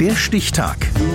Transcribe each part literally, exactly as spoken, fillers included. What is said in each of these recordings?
Der Stichtag.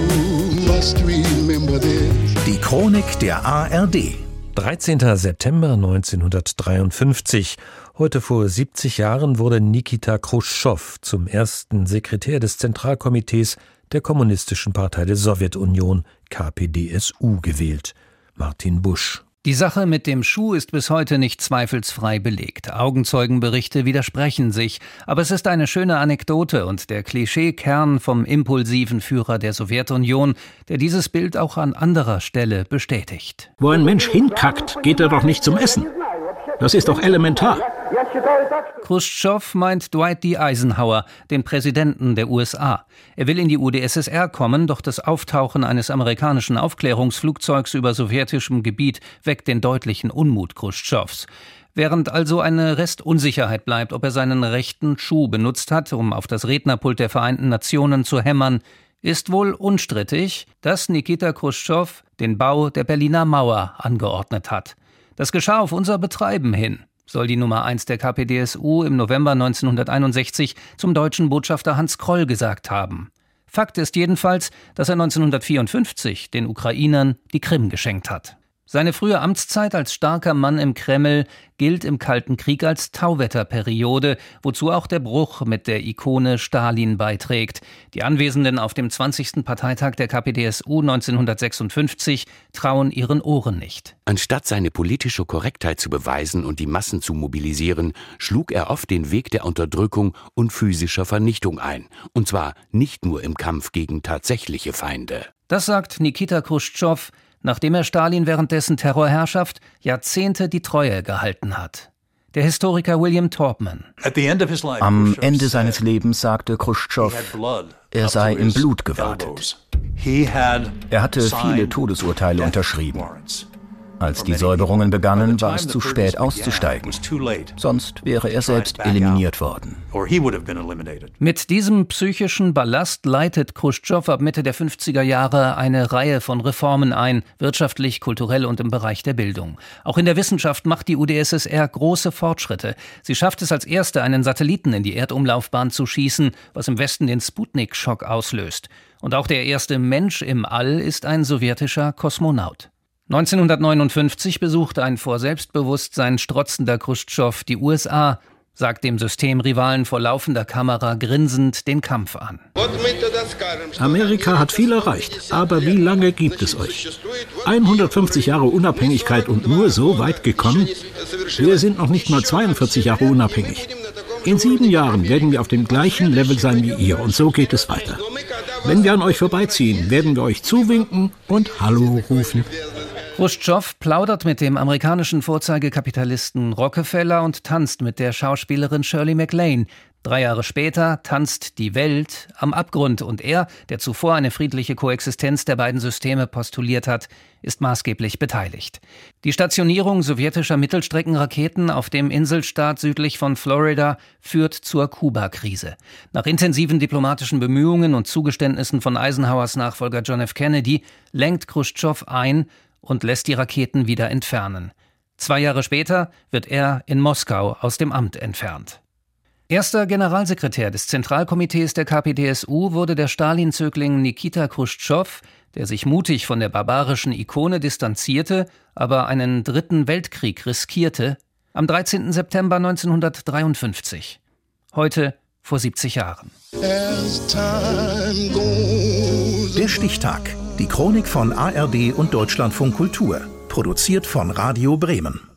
Die Chronik der A R D. dreizehnter September neunzehnhundertdreiundfünfzig. Heute vor siebzig Jahren wurde Nikita Chruschtschow zum ersten Sekretär des Zentralkomitees der Kommunistischen Partei der Sowjetunion, K P D S U, gewählt. Martin Busch. Die Sache mit dem Schuh ist bis heute nicht zweifelsfrei belegt. Augenzeugenberichte widersprechen sich. Aber es ist eine schöne Anekdote und der Klischeekern vom impulsiven Führer der Sowjetunion, der dieses Bild auch an anderer Stelle bestätigt. Wo ein Mensch hinkackt, geht er doch nicht zum Essen. Das ist doch elementar. Chruschtschow meint Dwight D. Eisenhower, den Präsidenten der U S A. Er will in die U d S S R kommen, doch das Auftauchen eines amerikanischen Aufklärungsflugzeugs über sowjetischem Gebiet weckt den deutlichen Unmut Chruschtschows. Während also eine Restunsicherheit bleibt, ob er seinen rechten Schuh benutzt hat, um auf das Rednerpult der Vereinten Nationen zu hämmern, ist wohl unstrittig, dass Nikita Chruschtschow den Bau der Berliner Mauer angeordnet hat. Das geschah auf unser Betreiben hin, soll die Nummer eins der K P D S U im November neunzehnhunderteinundsechzig zum deutschen Botschafter Hans Kroll gesagt haben. Fakt ist jedenfalls, dass er neunzehnhundertvierundfünfzig den Ukrainern die Krim geschenkt hat. Seine frühe Amtszeit als starker Mann im Kreml gilt im Kalten Krieg als Tauwetterperiode, wozu auch der Bruch mit der Ikone Stalin beiträgt. Die Anwesenden auf dem zwanzigsten Parteitag der K P D S U neunzehnhundertsechsundfünfzig trauen ihren Ohren nicht. Anstatt seine politische Korrektheit zu beweisen und die Massen zu mobilisieren, schlug er oft den Weg der Unterdrückung und physischer Vernichtung ein. Und zwar nicht nur im Kampf gegen tatsächliche Feinde. Das sagt Nikita Chruschtschow, nachdem er Stalin während dessen Terrorherrschaft Jahrzehnte die Treue gehalten hat. Der Historiker William Taubman. Am Ende seines Lebens sagte Chruschtschow, er sei im Blut gewartet. Er hatte viele Todesurteile unterschrieben. Als die Säuberungen begannen, war es zu spät auszusteigen. Sonst wäre er selbst eliminiert worden. Mit diesem psychischen Ballast leitet Chruschtschow ab Mitte der fünfziger Jahre eine Reihe von Reformen ein, wirtschaftlich, kulturell und im Bereich der Bildung. Auch in der Wissenschaft macht die U d S S R große Fortschritte. Sie schafft es als erste, einen Satelliten in die Erdumlaufbahn zu schießen, was im Westen den Sputnik-Schock auslöst. Und auch der erste Mensch im All ist ein sowjetischer Kosmonaut. neunzehnhundertneunundfünfzig besuchte ein vor Selbstbewusstsein strotzender Chruschtschow die U S A, sagt dem Systemrivalen vor laufender Kamera grinsend den Kampf an. Amerika hat viel erreicht, aber wie lange gibt es euch? hundertfünfzig Jahre Unabhängigkeit und nur so weit gekommen? Wir sind noch nicht mal zweiundvierzig Jahre unabhängig. In sieben Jahren werden wir auf dem gleichen Level sein wie ihr und so geht es weiter. Wenn wir an euch vorbeiziehen, werden wir euch zuwinken und Hallo rufen. Chruschtschow plaudert mit dem amerikanischen Vorzeigekapitalisten Rockefeller und tanzt mit der Schauspielerin Shirley MacLaine. Drei Jahre später tanzt die Welt am Abgrund und er, der zuvor eine friedliche Koexistenz der beiden Systeme postuliert hat, ist maßgeblich beteiligt. Die Stationierung sowjetischer Mittelstreckenraketen auf dem Inselstaat südlich von Florida führt zur Kuba-Krise. Nach intensiven diplomatischen Bemühungen und Zugeständnissen von Eisenhowers Nachfolger John F. Kennedy lenkt Chruschtschow ein und lässt die Raketen wieder entfernen. Zwei Jahre später wird er in Moskau aus dem Amt entfernt. Erster Generalsekretär des Zentralkomitees der K P D S U wurde der Stalin-Zögling Nikita Chruschtschow, der sich mutig von der barbarischen Ikone distanzierte, aber einen dritten Weltkrieg riskierte, am dreizehnten September neunzehnhundertdreiundfünfzig. Heute vor siebzig Jahren. Der Stichtag. Die Chronik von A R D und Deutschlandfunk Kultur. Produziert von Radio Bremen.